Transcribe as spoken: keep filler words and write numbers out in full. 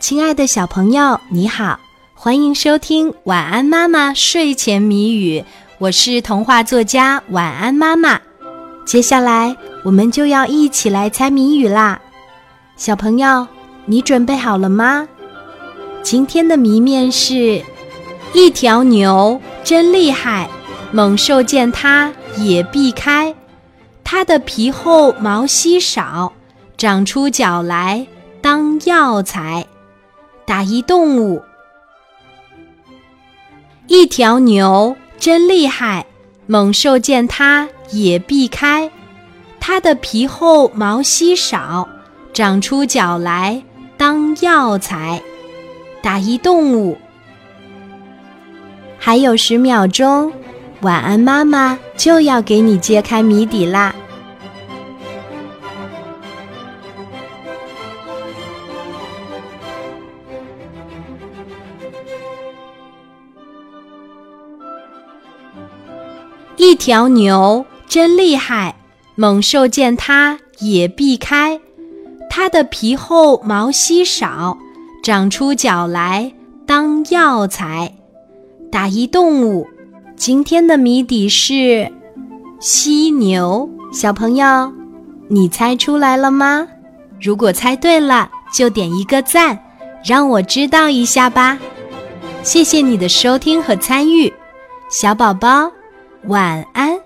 亲爱的小朋友，你好，欢迎收听晚安妈妈睡前谜语，我是童话作家晚安妈妈。接下来我们就要一起来猜谜语啦。小朋友，你准备好了吗？今天的谜面是：一条牛真厉害，猛兽见它也避开，它的皮厚毛稀少，长出角来当药材。打一动物。一条牛真厉害，猛兽见它也避开，它的皮厚毛稀少，长出角来当药材。打一动物。还有十秒钟，晚安妈妈就要给你揭开谜底啦。一条牛真厉害，猛兽见它也避开，它的皮厚毛稀少，长出角来当药材。打一动物。今天的谜底是犀牛。小朋友，你猜出来了吗？如果猜对了，就点一个赞，让我知道一下吧。谢谢你的收听和参与，小宝宝晚安。